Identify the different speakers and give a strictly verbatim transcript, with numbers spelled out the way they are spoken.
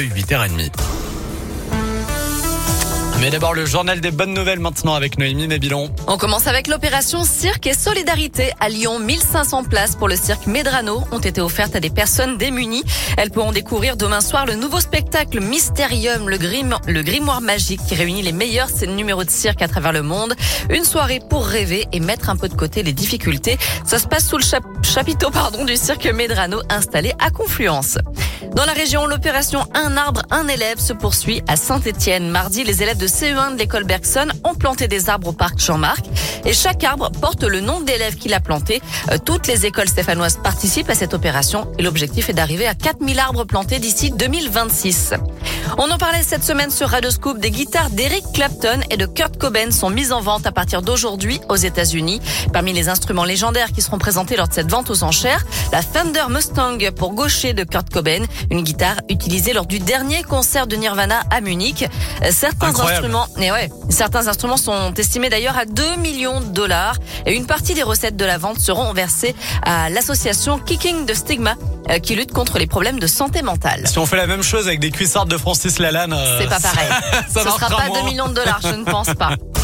Speaker 1: huit heures trente. Mais d'abord, le journal des bonnes nouvelles maintenant avec Noémie Mébilon.
Speaker 2: On commence avec l'opération Cirque et Solidarité à Lyon. mille cinq cents places pour le cirque Medrano ont été offertes à des personnes démunies. Elles pourront découvrir demain soir le nouveau spectacle Mysterium, le, grim, le grimoire magique qui réunit les meilleurs numéros de cirque à travers le monde. Une soirée pour rêver et mettre un peu de côté les difficultés. Ça se passe sous le chap- chapiteau pardon, du cirque Medrano installé à Confluence. Dans la région, l'opération Un arbre, un élève se poursuit à Saint-Étienne. Mardi, les élèves de C E un de l'école Bergson ont planté des arbres au parc Jean-Marc. Et chaque arbre porte le nom de l'élève qui l'a planté. Euh, toutes les écoles stéphanoises participent à cette opération. Et l'objectif est d'arriver à quatre mille arbres plantés d'ici deux mille vingt-six. On en parlait cette semaine sur Radio Scoop. Des guitares d'Eric Clapton et de Kurt Cobain sont mises en vente à partir d'aujourd'hui aux États-Unis. Parmi les instruments légendaires qui seront présentés lors de cette vente aux enchères, la Fender Mustang pour gaucher de Kurt Cobain, une guitare utilisée lors du dernier concert de Nirvana à Munich. Certains
Speaker 1: Incroyable.
Speaker 2: instruments, et ouais, certains instruments sont estimés d'ailleurs à deux millions de dollars. Et une partie des recettes de la vente seront versées à l'association Kicking the Stigma, euh, qui lutte contre les problèmes de santé mentale.
Speaker 1: Si on fait la même chose avec des cuissardes de Francis Lalanne, euh,
Speaker 2: C'est pas pareil.
Speaker 1: ça, ça
Speaker 2: Ce sera
Speaker 1: marchera
Speaker 2: pas
Speaker 1: moins.
Speaker 2: deux millions de dollars, je ne pense pas.